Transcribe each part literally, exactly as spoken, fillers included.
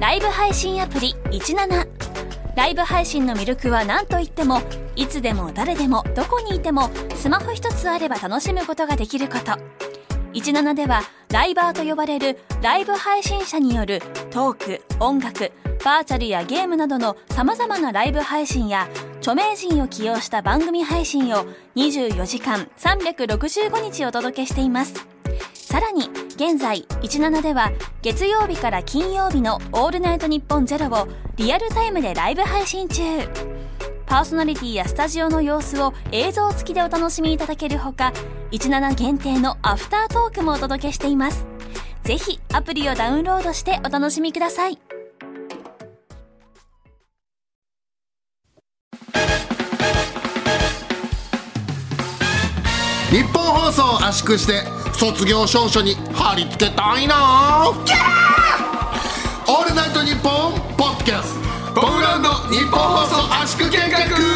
ライブ配信アプリいちなな。ライブ配信の魅力は何といっても、いつでも誰でもどこにいてもスマホ一つあれば楽しむことができること。いちななではライバーと呼ばれるライブ配信者によるトーク、音楽、バーチャルやゲームなどの様々なライブ配信や、著名人を起用した番組配信をにじゅうよじかんさんびゃくろくじゅうごにちお届けしています。さらに現在いちななでは月曜日から金曜日のオールナイトニッポンゼロをリアルタイムでライブ配信中。パーソナリティやスタジオの様子を映像付きでお楽しみいただけるほか、いちなな限定のアフタートークもお届けしています。ぜひアプリをダウンロードしてお楽しみください。 日本放送を圧縮して卒業証書に貼り付けたいな。キャーオールナイトニッポンポッドキャストトムランド日本放送圧縮計画。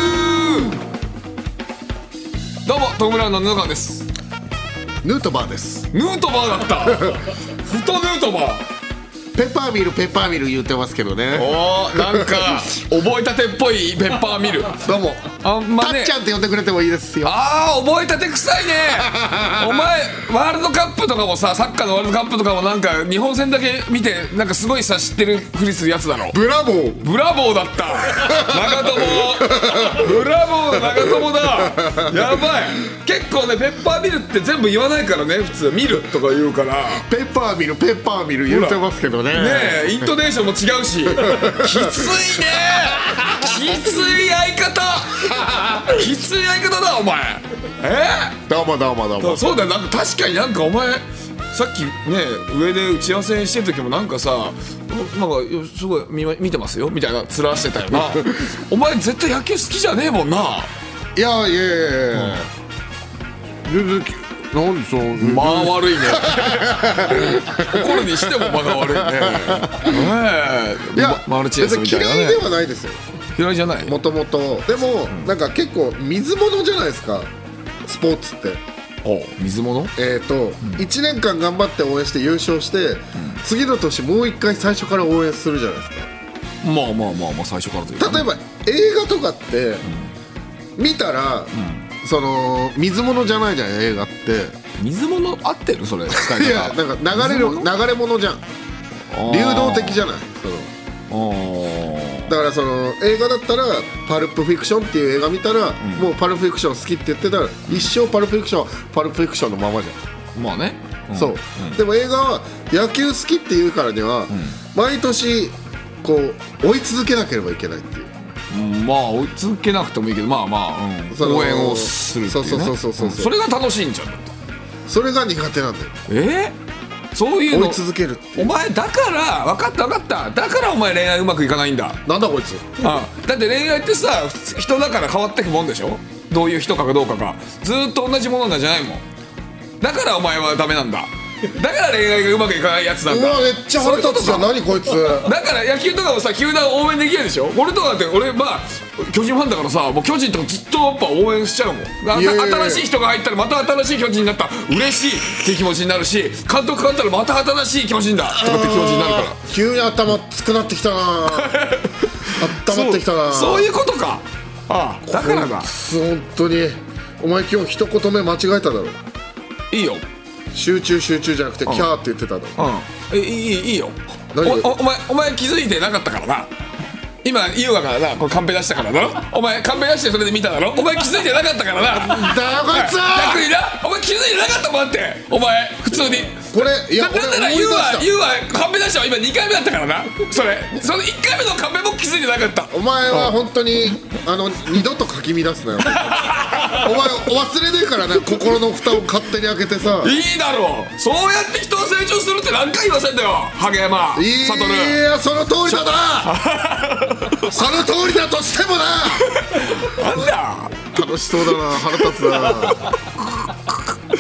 どうもトムランドの布川です。 ヌートバーです。 ヌートバーだったふとヌートバー。 ペッパーミルペッパーミル言ってますけどね。 おー、なんか覚えたてっぽいペッパーミル。 どうもあんまね、 たっちゃんって呼んでくれてもいいですよ。 あー、覚えたて臭いねお前ワールドカップとかもさ、サッカーのワールドカップとかもなんか日本戦だけ見てなんかすごいさ知ってるふりするやつだろ。 ブラボーブラボーだった長友ブラボー長友だ。やばい。結構ねペッパーミルって全部言わないからね、普通ミルとか言うから。 ペッパーミルペッパーミル言ってますけどね。 ねえ、イントネーションも違うしきついねきつい相方きつい相方だお前。えどうもどうもどうも。 そうだよ、なんか確かになんかお前さっきね上で打ち合わせしてる時もなんかさ、なんかすごい 見, 見てますよみたいな面してたよなお前絶対野球好きじゃねえもんな。 いやいやいやいや、全然なんでそう間悪いね心にしても間が悪いね。ねえ、 いやマルチエスみたいなね。 嫌いではないですよ。 嫌いじゃない。 もともとでも、うん、なんか結構水物じゃないですかスポーツって。 お水物。 えっ、ー、と、うん、いちねんかん頑張って応援して優勝して、うん、次の年もう一回最初から応援するじゃないですか。 まあまあまあまあ最初からというか、ね、 例えば映画とかって、うん、見たら、うんその水物じゃないじゃん映画って。 水物合ってるそれ使い方。 いやなんか流れる流れ物じゃん。流動的じゃない。そのだからその映画だったらパルプフィクションっていう映画見たら、うん、もうパルプフィクション好きって言ってたら、うん、一生パルプフィクションパルプフィクションのままじゃん。まあね、うん、そう、うん、でも映画は野球好きっていうからには、うん、毎年こう追い続けなければいけないっていう。 まあ追い続けなくてもいいけど、まあまあ、うん、応援をするっていうね。そうそうそうそうそう、それが楽しいんじゃん。 それが苦手なんだよ。 えー、そういうの追い続けるっていう。 お前だから分かった分かった、だからお前恋愛うまくいかないんだ。 なんだこいつ。 ああ、だって恋愛ってさ人だから変わってくもんでしょ。どういう人かどうかがずっと同じものなんじゃないもん。だからお前はダメなんだ。だから恋愛がうまくいかないやつなんだ。 うわめっちゃ腹立つじゃん。何こいつ。 だから野球とかもさ球団応援できないでしょ。俺とかだって俺まあ巨人ファンだからさ、もう巨人とかずっとやっぱ応援しちゃうもん。新しい人が入ったらまた新しい巨人になった嬉しいっていう気持ちになるし、監督変わったらまた新しい巨人だとかって気持ちになるから。 急に頭熱くなってきたな温まってきたな。 そ, そういうことか。ああだからだ。 本当にお前今日一言目間違えただろ。 いいよ。 集中集中じゃなくてキャーって言ってたの。 うん、いいいいよ。お, お, お前お前気づいてなかったからな。今言うわからな、これカンペ出したからだろ。お前カンペ出してそれで見ただろ。お前気づいてなかったからな。 だよこいつ。 逆にな、お前気づいてなかったもんってお前普通に。 これいやだったら言うわ言うわカンペ出したわ今にかいめだったからな。それそのいっかいめのカンペも気づいてなかった。 お前は本当にあの二度とかき乱すなよお前忘れねえからね、心の蓋を勝手に開けてさ。 いいだろう、そうやって人を成長するって何回言わせんだよ萩山悟。 いやその通りだなその通りだとしてもな。 なんだ楽しそうだな、腹立つな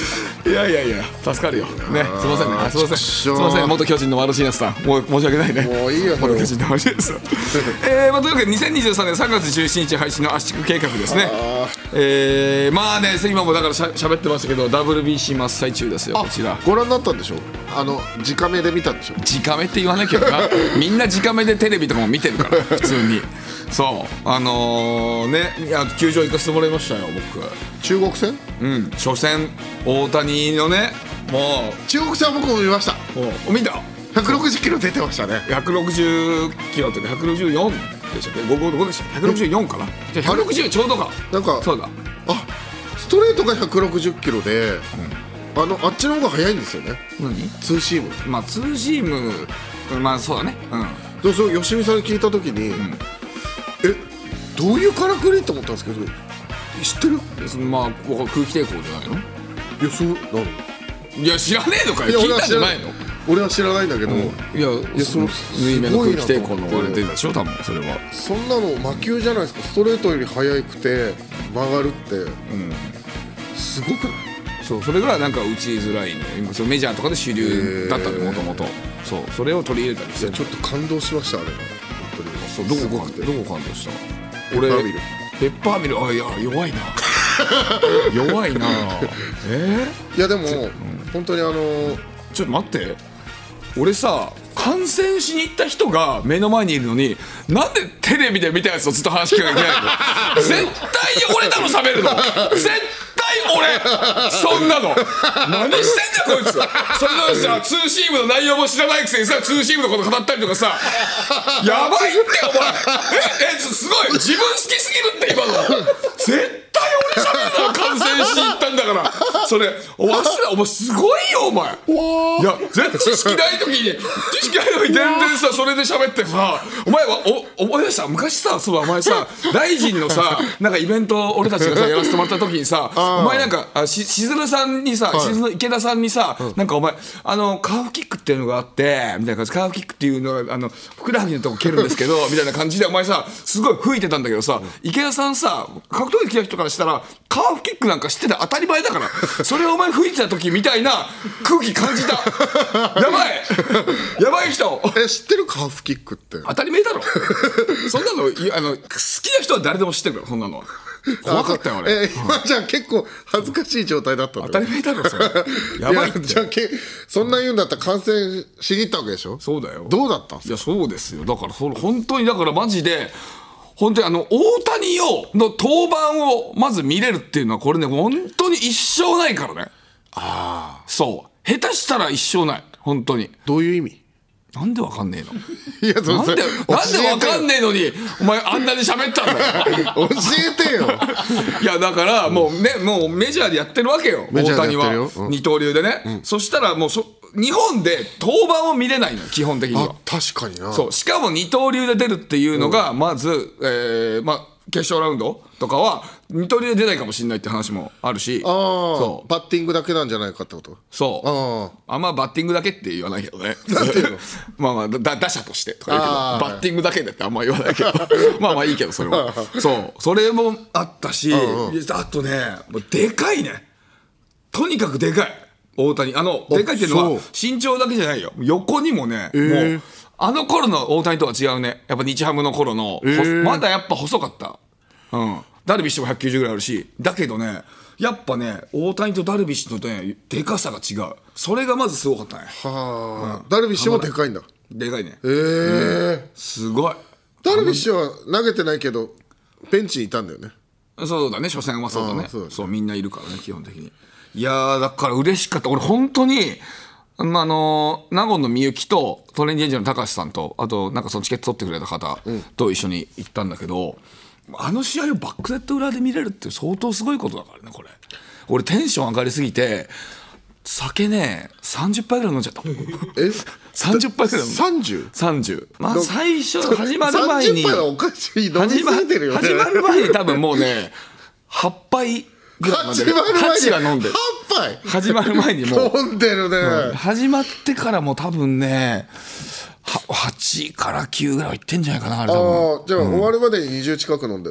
いやいやいや助かるよね。すいませんね。あすいませんすいません元巨人のマルシーナスさん、もう申し訳ないね。 もういいよ。 元巨人のマルシーナスさんえー、まあというわけでにせんにじゅうさんねんさんがつじゅうしちにち配信の圧縮計画ですね。えー、まあね今もだからしゃ喋ってましたけど ダブリュービーシー 真っ最中ですよ。こちらご覧になったんでしょ。あの直目で見たんでしょ。 直目って言わなきゃなみんな直目でテレビとかも見てるから普通に。そうあのー、ねいや球場行かせてもらいましたよ僕。 中国戦うん初戦大谷のねもう中国戦は僕も見ました。 お見た。 ひゃくろくじゅっキロ出てましたね。 ひゃくろくじゅっキロってひゃくろくじゅうよんでしたっけ。ごごどこでしたひゃくろくじゅうよんかな。じゃあひゃくろくじゅうちょうどか。 なんかそうだあストレートがひゃくろくじゅっキロで、うん、あのあっちの方が速いんですよね。 何ツーシーム。 まあツーシームまあそうだね。うんそうそう吉見さんに聞いた時に、うん、えどういうからくりと思ったんですけど知ってる？ まあ空気抵抗じゃないの？ いやそうなの？ いや知らねえのかよ。聞いたんじゃないの？ 俺は知らないんだけど、うん、いやいやその縫い目の空気抵抗の俺出たでしょ多分それは。 そんなの魔球じゃないですか。ストレートより速くて曲がるって、うん、すごくない？ そうそれぐらいなんか打ちづらいの今そのメジャーとかで主流だったのもともと。そうそれを取り入れたりして。 ちょっと感動しましたあれは本当に。 そうどこどこ感動した？俺ペッパーミルペッパーミルあいや弱いな弱いなえー、いやでも、うん、本当にあのー、 ちょっと待って俺さ観戦しに行った人が目の前にいるのになんでテレビで見たやつとずっと話聞かなきゃいけないの絶対に俺だろ喋るの絶対俺そんなの何してんだこいつ。それなのにさツーシームの内容も知らないくせにさツーシームのこと語ったりとかさやばいってお前ええすごい自分好きすぎるって今の絶対俺喋るな観戦しに行ったんだからそれ忘れお前すごいよお前。いや全然知識ない時に知識ない時に全然さそれで喋ってさお前はお思い出した昔さそうお前さライジンのさなんかイベント俺たちがさやらせてもらった時にさお前なんかあししずるさんにさ、はい、しずる池田さんにさ、うん、なんかお前あのカーフキックっていうのがあってみたいな感じカーフキックっていうのはあのふくらはぎのとこ蹴るんですけどみたいな感じでお前さすごい吹いてたんだけどさ、うん、池田さんさ格闘技来た人からしたらカーフキックなんか知ってて当たり前だからそれをお前吹いてた時みたいな空気感じたやばいやばい人え知ってるカーフキックって当たり前だろそんなのいあの好きな人は誰でも知ってるからそんなのは怖かったよ俺、 えー、今じゃあ結構恥ずかしい状態だったんだ当たり前だろそれやばいっていじゃあけそんな言うんだったら観戦しに行ったわけでしょ。 そうだよ。 どうだったんですか。 いやそうですよだからそれ本当にだからマジで本当にあの大谷をの登板をまず見れるっていうのはこれね本当に一生ないからね。ああそう下手したら一生ない本当に。 どういう意味。 なんでわかんねえのいやなんでなんでわかんねえのにお前あんなに喋ったんだよ教えてよいやだからもうねもうメジャーでやってるわけよ大谷は、うん、二刀流でね、うん、そしたらもうそ日本で登板を見れないの基本的には。 あ確かにな。 そうしかも二刀流で出るっていうのがまず、うんえー、まあ決勝ラウンドとかは二刀流で出ないかもしれないって話もあるしあそうバッティングだけなんじゃないかってこと。 そうああんまバッティングだけって言わないけどねまあまあだ打者としてとか言うけどバッティングだけでってあんま言わないけどまあまあいいけどそれはそうそれもあったしあとねもうでかいねとにかくでかい大谷あのでかいっていうのは身長だけじゃないよ横にもね、えー、もうあの頃の大谷とは違うねやっぱ日ハムの頃の、えー、まだやっぱ細かった、うん、ダルビッシュもひゃくきゅうじゅうぐらいあるしだけどねやっぱね大谷とダルビッシュのねでかさが違うそれがまずすごかったねはあ、うん、ダルビッシュもでかいんだでかいねへえーうん、 すごいダルビッシュは投げてないけどベンチにいたんだよね。 そうだね初戦はそうだねそうだねそうみんないるからね基本的に。いやーだから嬉しかった俺本当にまあ、あの納言のみゆきとトレンディエンジェルの高橋さんとあとなんかそのチケット取ってくれた方と一緒に行ったんだけど、うん、あの試合をバックネット裏で見れるって相当すごいことだからねこれ。俺テンション上がりすぎて酒ねさんじゅっぱいぐらい飲んじゃったえさんじゅっぱいぐらい飲んだ さんじゅう?さんじゅう まあ最初始まる前にさんじゅっぱいはおかしい飲みすぎてるよね。 始まる前に多分もうねはっぱいぐらい飲んでる。はちは飲んでる。 はっぱい始まる前にもう飲んでるね、 うん、始まってからも多分ねはちからきゅうぐらいいってんじゃないかなあれ多分。 あじゃあ、うん、終わるまでににじゅう近く飲んでんだ。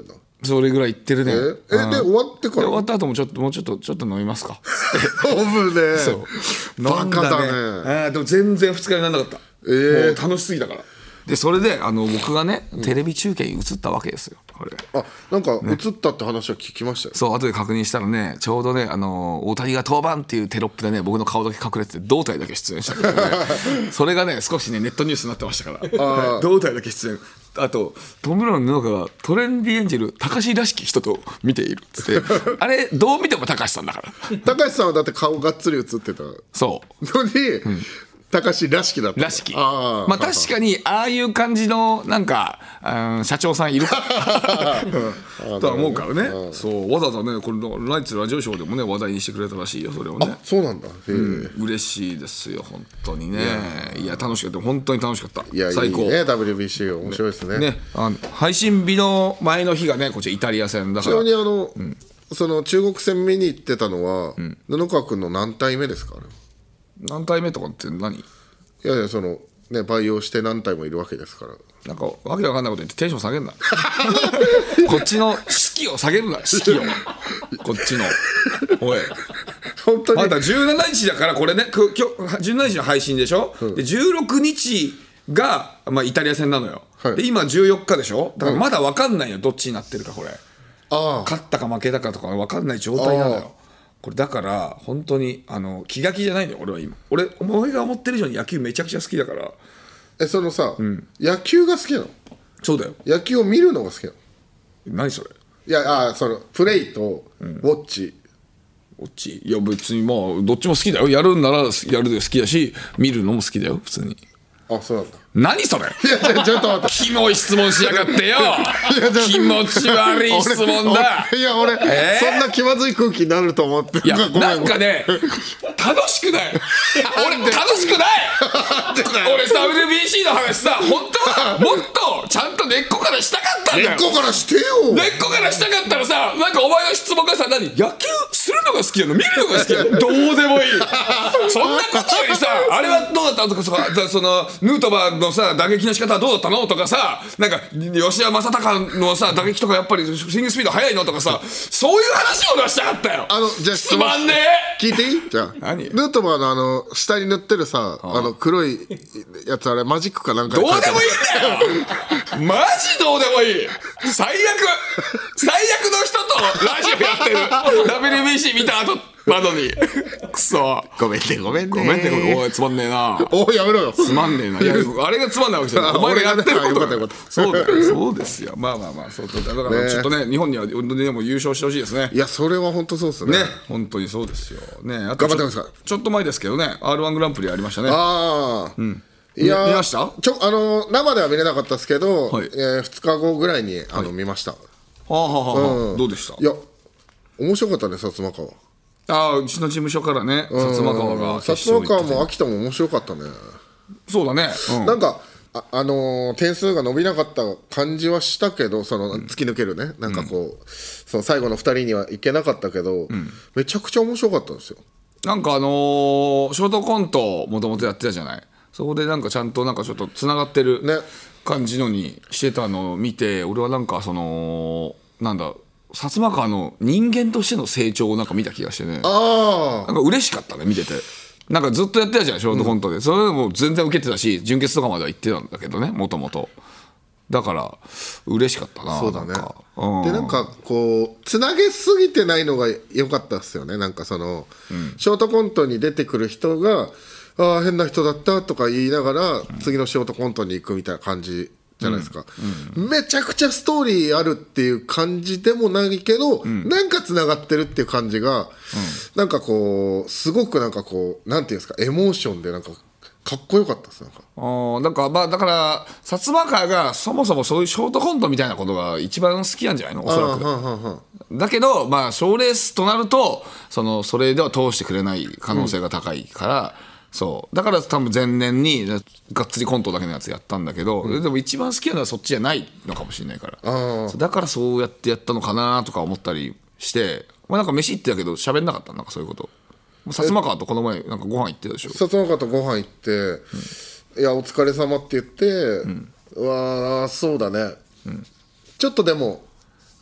それぐらい言ってるね。 ええ、で終わってから終わった後もちょっともうちょっとちょっと飲みますか飲むね。 そうバカだね。 あでも全然ふつかにならなかった、 えー、 もう楽しすぎたから。でそれであの僕がねテレビ中継に移ったわけですよこれ。 あなんか映ったって話は聞きましたよ、ね、 そう後で確認したらねちょうどねあの大谷が登板っていうテロップでね僕の顔だけ隠れてて胴体だけ出演したけどねそれがね少しねネットニュースになってましたから胴体だけ出演。あとトム・ブラウンの中がトレンディエンジェル高橋らしき人と見ているっつってあれどう見ても高橋さんだから高橋さんはだって顔がっつり映ってたそうのに、うん高橋らしきだったらしきあまあ確かにああいう感じのなんか、うん、社長さんいるかとは思うからね。そうわざわざねこれナイツラジオショーでもね話題にしてくれたらしいよそれをね。 あそうなんだ、うん、 嬉しいですよ本当にね。いや楽しかった本当に楽しかった。 いや最高いいね ダブリュービーシー 面白いですね。 ねあの配信日の前の日がねこっちイタリア戦だから。 ちなみにあの、うん、その中国戦見に行ってたのは、うん、布川君の何体目ですか。 何体目とかって何。いやいやそのね培養して何体もいるわけですから。 なんかわけわかんないこと言ってテンション下げるなこっちの士気を下げるな士気をこっちのおい本当にまだじゅうしちにちだからこれね今日じゅうしちにちの配信でしょ、うん、でじゅうろくにちが、まあ、イタリア戦なのよ、はい、で今じゅうよっかでしょだからまだわかんないよどっちになってるかこれ。あ勝ったか負けたかとかわかんない状態なのよこれ。だから本当にあの気が気じゃないんだよ俺は今。俺俺が思ってる以上に野球めちゃくちゃ好きだから。 えそのさ、うん、野球が好きなの。 そうだよ野球を見るのが好きなの。 何それ。 いやあそのプレイとウォッチ、 うん、ウォッチいや別にまあどっちも好きだよ。やるんならやるで好きだし見るのも好きだよ普通に。 あそうなんだ。 何それ。 いやちょっと待ってキモい質問しやがってよ気持ち悪い質問だ。 いや俺、えー、そんな気まずい空気になると思って。 いやなんかね楽しくない俺楽しくない俺 ダブリュービーシー の話さ本当はもっとちゃんと根っこからしたかったんだよ。 根っこからしてよ。 根っこからしたかったらさなんかお前の質問がさ何野球するのが好きなの見るのが好きなのどうでもいいそんなことよりさあれはどうだったとかさそのヌートバーのさ打撃の仕方はどうだったのとかさなんか吉田正尚のさ打撃とかやっぱりスイングスピード速いのとかさそういう話を出したかったよ。 あのじゃあつまんねえ聞いていいじゃあ何ヌートバーのあの下に塗ってるさ あ, あの黒いやつあれマジックかなんかどうでもいいんだよマジどうでもいい最悪最悪の人とラジオやってるダブリュービーシー 見た後窓にくそごめんねごめんねごめんねごめんおいつまんねえなおいやめろよつまんねえないやあれがつまんないわけじゃないお前がやってることがそうだよそうですよまあまあまあそうだからちょっとね日本にはでも優勝してほしいですね。 いやそれは本当そうですね。 ね本当にそうですよね。あと頑張ってください。 ちょっと前ですけどね アールワン グランプリありましたね。 ああうんいや見ましたちょあの生では見れなかったですけど、はいえー、ふつかごぐらいにあの、はい、見ました。はあはあはあ、うん、どうでした。 いや面白かったね薩摩川。 ああうちの事務所からね薩摩川が薩摩川も秋田も面白かったね。 そうだね、うん、 なんか あ, あのー、点数が伸びなかった感じはしたけどその突き抜けるね、うん、なんかこう、うん、その最後のふたりにはいけなかったけど、うん、めちゃくちゃ面白かったんですよ。 なんかあのー、ショートコントもともとやってたじゃない。そこでなんかちゃんとなんかちょっとつながってる感じのにしてたのを見て、俺はなんかそのなんだ薩摩川の人間としての成長をなんか見た気がしてね。あなんか嬉しかったね見てて。なんかずっとやってたじゃんショートコントで、うん、それでも全然受けてたし準決とかまでは行ってたんだけどねもともと。だから嬉しかったな。 そうだね。 なんか、 うん、でなんかこうつなげすぎてないのが良かったですよね。なんかその、うん、ショートコントに出てくる人があ変な人だったとか言いながら、うん、次のショートコントに行くみたいな感じじゃないですか、うんうん、めちゃくちゃストーリーあるっていう感じでもないけど、うん、なんかつながってるっていう感じが、うん、なんかこうすごくなんかこうなんていうんですかエモーションでなんかかっこよかったです。なんかあなんかまあだから薩摩川がそもそもそういうショートコントみたいなことが一番好きなんじゃないのおそらく。はんはんはんだけどまあ賞レースとなるとそのそれでは通してくれない可能性が高いから、うんそうだから多分前年にがっつりコントだけのやつやったんだけど、うん、でも一番好きなのはそっちじゃないのかもしれないからだからそうやってやったのかなとか思ったりして、まあ、なんか飯行ってたけど喋んなかったなんかそういうこと薩摩川とこの前なんかご飯行ってたでしょ。 薩摩川とご飯行って、うん、いやお疲れ様って言って、うん、うわそうだね、うん、ちょっとでも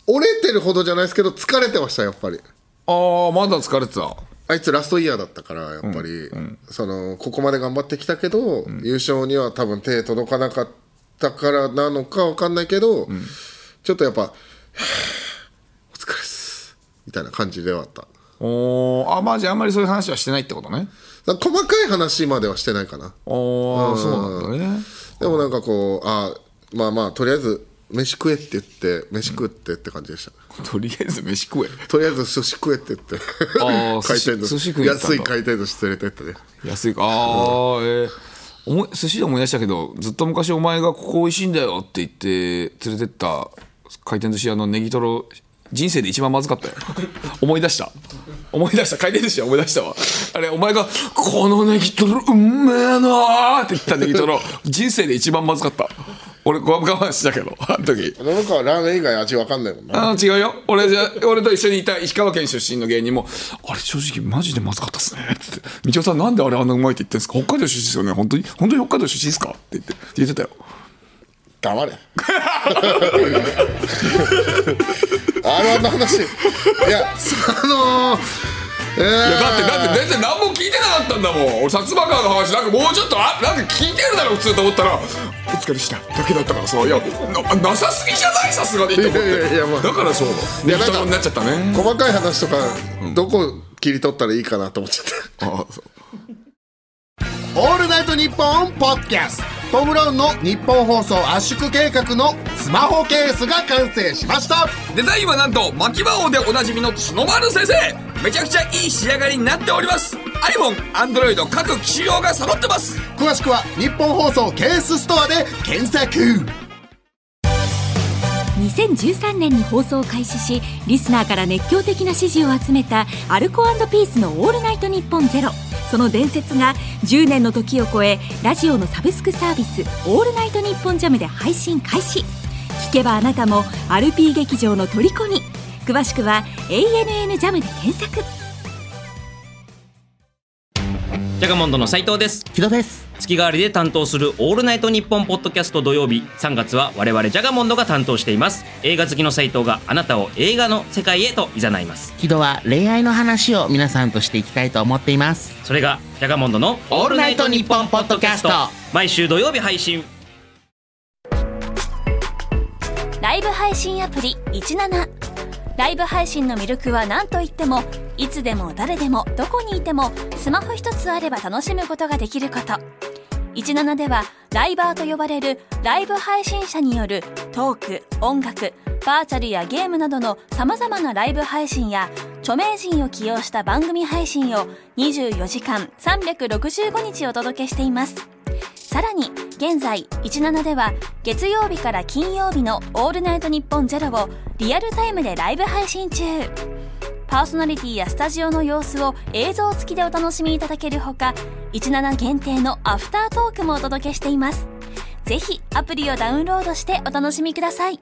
折れてるほどじゃないですけど疲れてました。やっぱりああまだ疲れてた。 あいつラストイヤーだったからやっぱり、うんうん、そのここまで頑張ってきたけど、うん、優勝には多分手届かなかったからなのか分かんないけど、うん、ちょっとやっぱお疲れっすみたいな感じではあった。 おあまあじゃああんまりそういう話はしてないってことね。 細かい話まではしてないかな。 お、うん、そうなんだね。 でもなんかこうあまあまあとりあえず飯食えって言って飯食ってって感じでした、 うん、とりあえず飯食えとりあえず寿司食えって言ってあ回転寿司安い回転寿司連れてってね。 安いかあ、うん、えー、思い寿司で思い出したけどずっと昔お前がここ美味しいんだよって言って連れてった回転寿司屋のネギトロ人生で一番まずかったよ思い出した思い出した回転寿司は思い出したわ。あれお前がこのネギトロうめえなって言ったネギトロ人生で一番まずかった。俺我慢したけどあの時なんかラーメン以外味わかんないもんな。 あ違うよ。俺じゃ俺と一緒にいた石川県出身の芸人もあれ正直マジでまずかったっすねっつってみちおさんなんであれあんなうまいって言ってんすか北海道出身ですよね本当に本当に北海道出身ですかって言って言ってたよ。 黙れあれあんな話いやあのーえー、いやだってだって全然何も聞いてなかったんだもん。俺薩摩川の話なんかもうちょっとあなんか聞いてるだろ普通と思ったらお疲れしただけだったからさいや な, なさすぎじゃないさすがにって思って。いやいやいや、まあ、だからそうネギトロになっちゃったね。 細かい話とか、うん、どこ切り取ったらいいかなと思っちゃったああそうオールナイトニッポンポッドキャストトム・ブラウンの日本放送圧縮計画のスマホケースが完成しました。 デザインはなんと牧場王でおなじみの角丸先生。めちゃくちゃいい仕上がりになっております。 iPhone、Android 各機種用が揃ってます。 詳しくは日本放送ケースストアで検索。 にせんじゅうさんねんに放送を開始しリスナーから熱狂的な支持を集めたアルコ&ピースのオールナイトニッポンゼロ。その伝説がじゅうねんの時を超えラジオのサブスクサービスオールナイトニッポンジャムで配信開始。聞けばあなたも アールピー 劇場の虜に。詳しくは エーエヌエヌ ジャムで検索。 ジャガモンドの斉藤です。 木戸です。 月替わりで担当するオールナイトニッポンポッドキャスト土曜日さんがつは我々ジャガモンドが担当しています。映画好きの斉藤があなたを映画の世界へと誘います。 木戸は恋愛の話を皆さんとしていきたいと思っています。 それがジャガモンドのオールナイトニッポンポッドキャスト毎週土曜日配信。 ライブ配信アプリじゅうなな。ライブ配信の魅力は何といってもいつでも誰でもどこにいてもスマホ一つあれば楽しむことができること。じゅうななではライバーと呼ばれるライブ配信者によるトーク、音楽、バーチャルやゲームなどの様々なライブ配信や著名人を起用した番組配信をにじゅうよじかんさんびゃくろくじゅうごにちお届けしています。さらに現在じゅうななでは月曜日から金曜日のオールナイトニッポンゼロをリアルタイムでライブ配信中。パーソナリティやスタジオの様子を映像付きでお楽しみいただけるほかじゅうなな限定のアフタートークもお届けしています。ぜひアプリをダウンロードしてお楽しみください。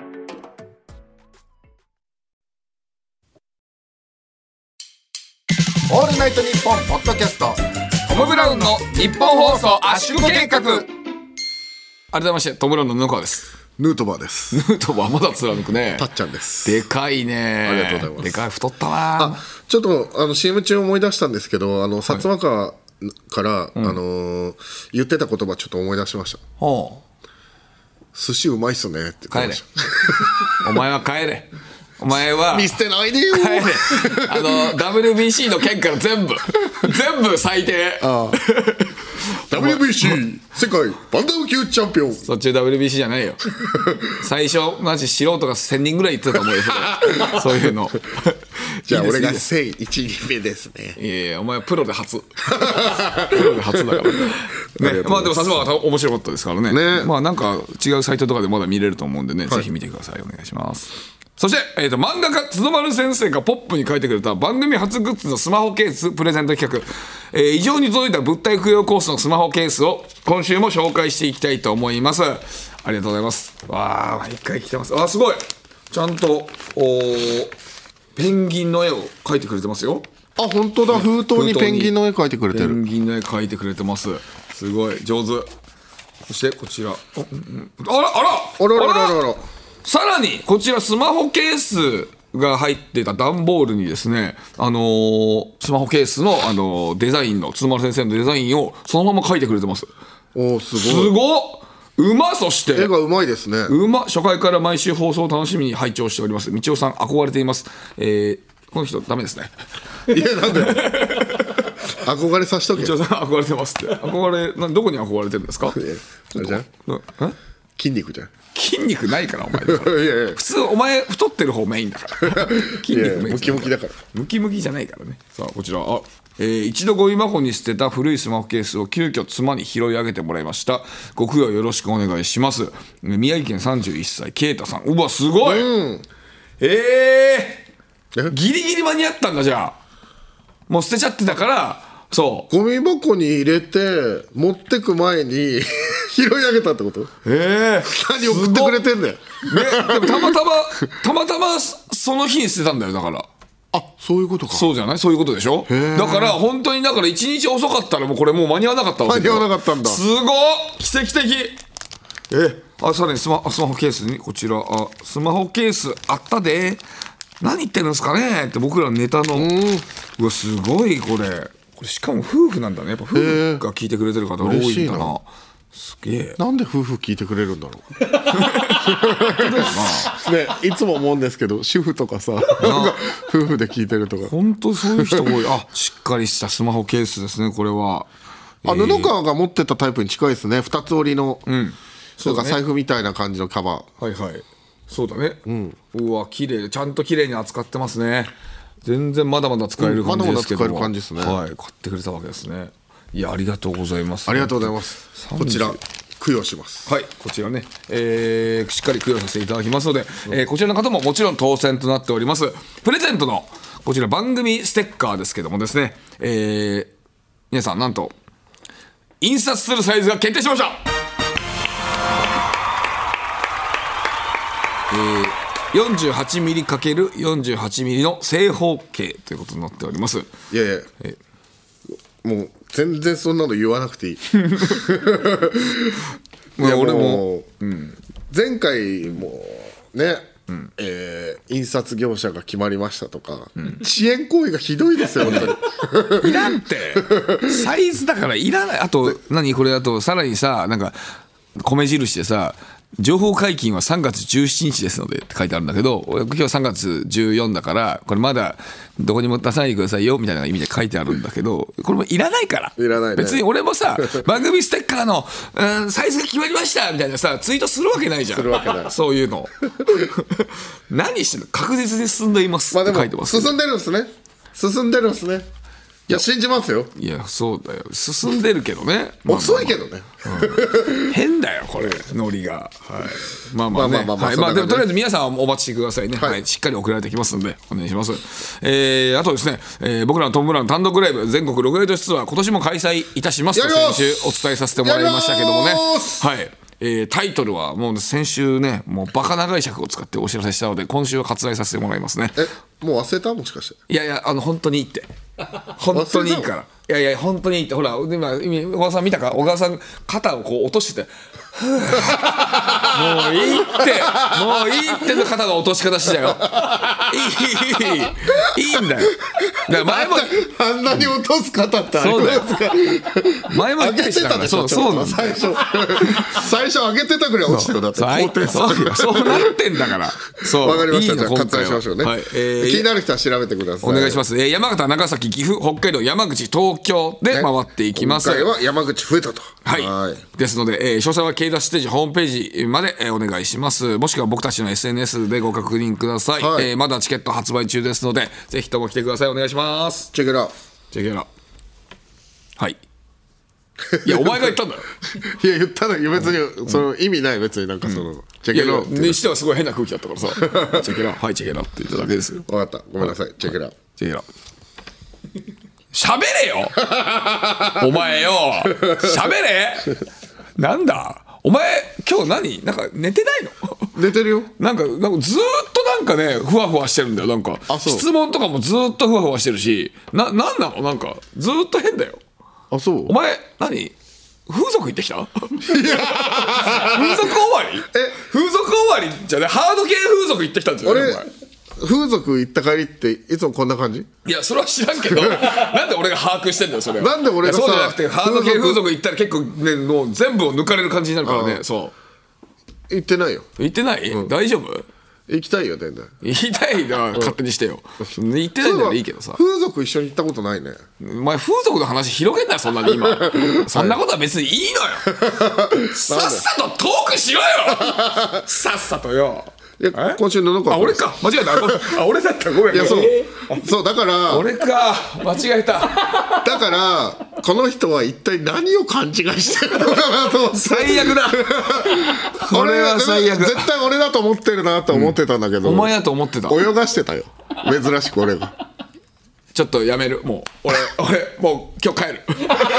オールナイトニッポンポッドキャストトム・ブラウンの日本放送圧縮計画。改めましてトム・ブラウンの布川です。 ヌートバーです。 ヌートバーまだ貫くね。 たっちゃんです。 でかいね。 ありがとうございます。 でかい太ったな。 あちょっとあの シーエム 中思い出したんですけどあの薩摩川から、うんあのー、言ってた言葉ちょっと思い出しました。 ほう寿司うまいっすねって言ってました。お前は帰れ。お前は見捨てないでよ。 帰れ。あの ダブリュービーシー の件から全部全部最低。ああダブリュービーシー 世界バンタム級チャンピオン。 そっち ダブリュービーシー じゃないよ。最初マジ素人がせんにんぐらい言ってたと思うよ。そういうのじゃあ俺がせんいちにんめですね。 いやいやお前はプロで初プロで初だからね。まあでもさすが面白かったですからね。ねまあなんか違うサイトとかでまだ見れると思うんでね、はい、ぜひ見てください。お願いします。そして、えーと、漫画家角丸先生がポップに書いてくれた番組初グッズのスマホケースプレゼント企画、えー、異常に届いた物体供養コースのスマホケースを今週も紹介していきたいと思います。ありがとうございます。わー、一回来てます。あー、すごいちゃんとおペンギンの絵を描いてくれてますよ。 あ、本当だ。封筒にペンギンの絵描いてくれてる。 ペンギンの絵描いてくれてます。すごい上手。そしてこちら、あ、うん、あらあらあらあらあらあらさらにこちらスマホケースが入ってた段ボールにですね、あのー、スマホケースの、あのー、デザインの鶴丸先生のデザインをそのまま描いてくれてます。 おーすごい、 すごっ、うま。そして絵がうまいですね。 うま。初回から毎週放送を楽しみに拝聴しております。道夫さん憧れています。えー、この人ダメですね。 いやなんで憧れさしとけ。 道夫さん憧れてますって。憧れな、どこに憧れてるんですか。 あれじゃんん筋肉じゃん。 筋肉ないからお前だからいやいや普通お前太ってる方メインだから筋肉メインいやいやムキムキだからムキムキじゃないからね。さあこちら、あ、えー一度ゴミ箱に捨てた古いスマホケースを急遽妻に拾い上げてもらいました。ご供養よろしくお願いします。宮城県さんじゅういっさいケイタさん。うわすごい、うん、えー、ギリギリ間に合ったんだ。じゃあもう捨てちゃってたからそうゴミ箱に入れて持ってく前に拾い上げたってこと。 ええー、 何送ってくれてんだよ、ね、 でもたまたまたまたまその日に捨てたんだよ。だからあそういうことか。 そうじゃない、そういうことでしょ。だから本当にだからいちにち遅かったらもうこれもう間に合わなかったわけ間に合わなかったんだ。 すごい奇跡的。えあさらにスマ、スマホケースにこちら、あスマホケースあったで何言ってるんですかねって僕らのネタの、うわすごいこれこれしかも夫婦なんだね。やっぱ夫婦が聞いてくれてる方が多いんだな。すげえ。 なんで夫婦聞いてくれるんだろうね、いつも思うんですけど主婦とかさなんか夫婦で聞いてるとか本当そういう人多い。あしっかりしたスマホケースですねこれは。 あ、えー、布川が持ってたタイプに近いですね。二つ折りの、うん、そうか、ね、財布みたいな感じのカバー。 はいはいそうだね、うん、うわ綺麗、ちゃんと綺麗に扱ってますね。全然まだまだ使える感じですけども、うん、まだまだ使える感じですね。はい、買ってくれたわけですね。いやありがとうございます。 ありがとうございます。こちら供養します。 はいこちらね、えー、しっかり供養させていただきますので、えー、こちらの方ももちろん当選となっております。プレゼントのこちら番組ステッカーですけどもですね、えー、皆さんなんと印刷するサイズが決定しました。えー、よんじゅうはちミリかけるよんじゅうはちミリの正方形ということになっております。 いやいや、えもう全然そんなの言わなくていい。いや俺も、うん、前回もね、うんえー、印刷業者が決まりましたとか、うん、遅延行為がひどいですよ本当に。 いらんってサイズだからいらない。あと何これ、あとさらにさなんか米印でさ情報解禁はさんがつじゅうしちにちですのでって書いてあるんだけど、今日さんがつじゅうよっかだからこれまだどこにも出さないでくださいよみたいな意味で書いてあるんだけど、これもいらないから。 いらないね。 別に俺もさ番組ステッカーの、うん、サイズが決まりましたみたいなさツイートするわけないじゃん。 するわけない。 そういうの何してんの。確実に進んでいますって書いてます、 まあ、でも進んでるんですね。進んでるんですね。いや信じますよ。 いやそうだよ進んでるけどね、 まあまあまあ、遅いけどね、 うん、変だよこれノリが、はい、まあまあねまあでもとりあえず皆さんお待ちくださいね、はいはい、しっかり送られてきますのでお願いします。えー、あとですね、えー、僕らのトム・ブラウン単独ライブ全国ろくライトツアー今年も開催いたしますと先週お伝えさせてもらいましたけどもね、はいえー、タイトルはもう先週ねもうバカ長い尺を使ってお知らせしたので今週は割愛させてもらいますね。 えもう忘れたもしかして。 いやいやあの本当にいいって本当にいいから。いやいや本当にいいってほら今小川さん見たか。小川さん肩をこう落としててもういいってもういいっての肩の落とし方してたよ。いいいいいいんだよ。だから前もあんなに落とす肩ってありますか。 前も言ったりしたからそうそうなん最初最初上げてたぐらい落ちてるだって肯定そうそうなってんだから。そうわかりました。 いいじゃあ割愛しましょうね、はいえー、気になる人は調べてください。 お願いします、えー、山形長崎岐阜北海道山口東京で回っていきます、 ね、今回は山口増えたと。 はい、はいですので、えー、詳細はケイダステージホームページまで、えー、お願いします。もしくは僕たちの エスエヌエス でご確認ください、はいえー、まだチケット発売中ですのでぜひとも来てください。お願いします。 チェケラチェケラはいいやお前が言ったんだよ。 いや言ったの別にその意味ない別になんかその、うん、チェケラにしてはすごい変な空気だったからさチェケラはいチェケラって言っただけですよ。 分かったごめんなさい、はい、チェケラチェケラ喋れよお前よ喋れなんだお前今日何なんか寝てないの。 寝てるよ。 なんかなんかずーっとなんかねふわふわしてるんだよ。なんか質問とかもずーっとふわふわしてるしななんなのなんかずーっと変だよ。 あそうお前何風俗行ってきた風俗終わりえ風俗終わわりじゃね、ハード系風俗行ってきたんじゃない俺風俗行った帰りっていつもこんな感じ？ いやそれは知らんけどなんで俺が把握してんだよそれは。 なんで俺がさそうじゃなくてハード系風俗行ったら結構ねもう全部を抜かれる感じになるからね。そう行ってないよ。 行ってない、うん、大丈夫？ 行きたいよ全然。 行きたいな、勝手にしてよ。行ってないならいいけどさ。 風俗一緒に行ったことないね。 お前風俗の話広げんなよそんなに今そんなことは別にいいのよさっさとトークしろよさっさとよ。 いや今週のどこあ俺か間違えたあ俺だったごめん。 いやそうそうだから俺か間違えた。 だからこの人は一体何を勘違いしてるのかなと思って最悪だこれは最悪。 絶対俺だと思ってるなと思ってたんだけど、 うん、お前だと思ってた。 泳がしてたよ珍しく俺が。 ちょっとやめるもう俺俺もう今日帰る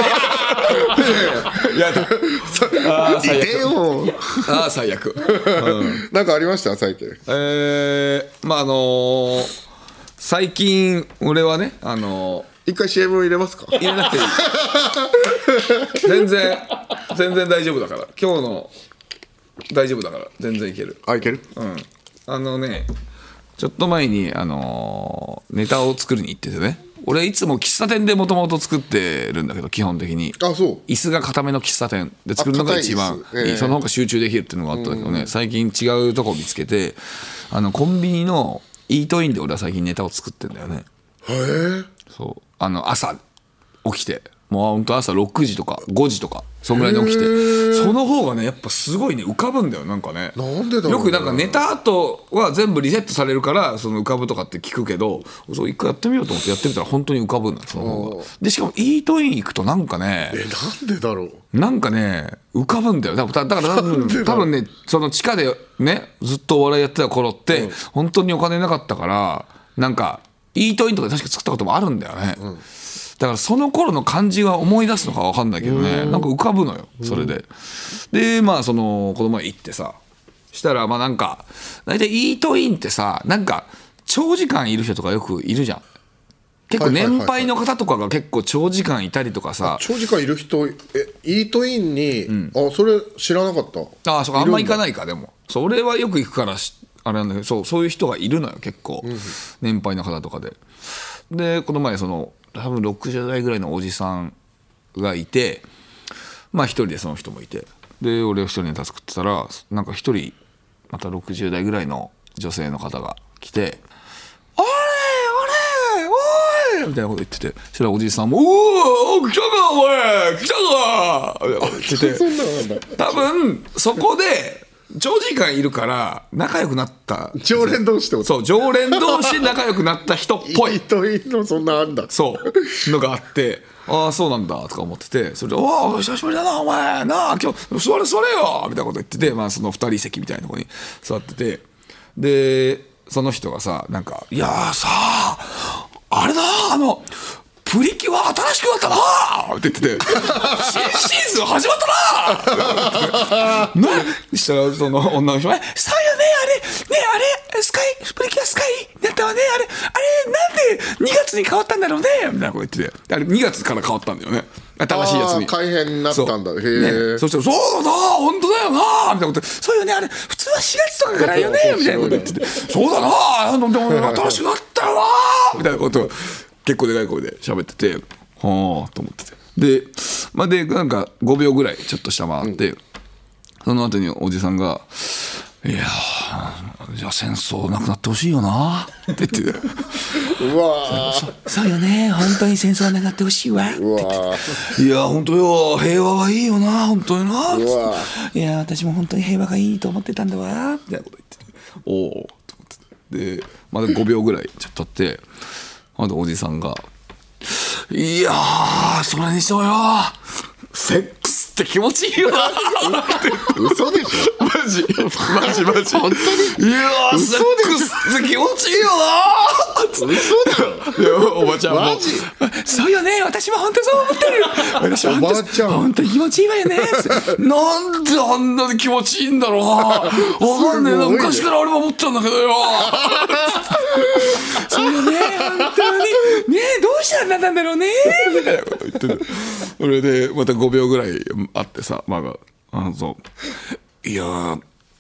やだあー最悪よあー最悪、 うん、なんかありました最近？ えー、まああのー、最近俺はねあのー、一回 シーエム 入れますか？ 入れなくていい全然全然大丈夫だから今日の大丈夫だから全然いける。 あいける？ うんあのねちょっと前に、あのー、ネタを作りに行っててね。俺いつも喫茶店でもともと作ってるんだけど基本的に。 あそう椅子が固めの喫茶店で作るのが一番いい、えー、その方が集中できるっていうのがあったんだけどね、最近違うとこ見つけてあのコンビニのイートインで俺は最近ネタを作ってんだよね。 へえ。 そうあの朝起きてもうほんと朝ろくじとかごじとかそんぐらいに起きてその方がねやっぱすごいね浮かぶんだよなんかね。 なんでだろうね。 よくなんか寝た後は全部リセットされるからその浮かぶとかって聞くけどそう一回やってみようと思ってやってみたら本当に浮かぶんだその方が。でしかもイートイン行くとなんかねえなんでだろうなんかね浮かぶんだよ。だからだから多分ねその地下でねずっとお笑いやってた頃って、うん、本当にお金なかったからなんかイートインとかで確か作ったこともあるんだよね、うん、だからその頃の感じは思い出すのか分かんないけどねなんか浮かぶのよそれで。でまあそのこの前行ってさしたらまあなんか大体イートインってさなんか長時間いる人とかよくいるじゃん。結構年配の方とかが結構長時間いたりとかさ、 長時間いる人えイートインに、うん、あそれ知らなかった。 あそうあんま行かないか。でもそう俺はよく行くからあれなんだけどそうそういう人がいるのよ結構、うん、年配の方とかで。でこの前その多分ろくじゅう代ぐらいのおじさんがいてまあ一人でその人もいてで俺が一人ネタ作ってたらなんか一人またろくじゅう代ぐらいの女性の方が来て「おいおいおい!」みたいなこと言っててそしたらおじさんも「おお来たかおい来たか!」みたいなこと言ってて多分そこで長時間いるから仲良くなった常連同士ってこと。 そう常連同士仲良くなった人っぽいイートインのそんなあんだそうのがあってああそうなんだとか思っててそれで「おお久しぶりだなお前なあ今日座れ座れよ」みたいなこと言ってて、まあ、そのふたり席みたいなところに座っててでその人がさなんか「いやーさああれだあのプリキュア新しくなったなーって言ってて新シーズン始まったなーねそしたらその女の人が「そうよねあれねあれスカイプリキュアスカイだったわねあれあれなんでにがつに変わったんだろうね」みたいなこと言っててあれにがつから変わったんだよね新しいやつに改編になったんだ。へえ、ね、そしたら「そうだな本当だよな」みたいなこと「そうよねあれ普通はしがつとかからよね」みたいなこと言ってて「そうだな新しくなったよな」みたいなこと結構でかい声で喋っててはあと思っててで、まあ、でなんかごびょうぐらいちょっと下回って、うん、その後におじさんが「いやじゃあ戦争なくなってほしいよな」って言っててうわそ, そうよね本当に戦争なくなってほしいわって言ってていや本当よ平和がいいよな本当になうわいや私も本当に平和がいいと思ってたんだわみたいなこと言ってておおと思っててでまだごびょうぐらいちょっと経ってまだおじさんが「いやーそれにしようよセックスって気持ちいいよな」 嘘でしょマジマジマジ本当にいやーセックスって気持ちいいよな嘘だよいやおばちゃんもマジそうよね私も本当そう思ってる私はおばあちゃん本当に気持ちいいわよねなんであんなに気持ちいいんだろうなわかんねえな昔から俺も思ってたんだけどよそうよね本当にねえどうしたらなんだろうねみたいなこと言ってるそれでまたごびょうぐらいあってさまああのそういや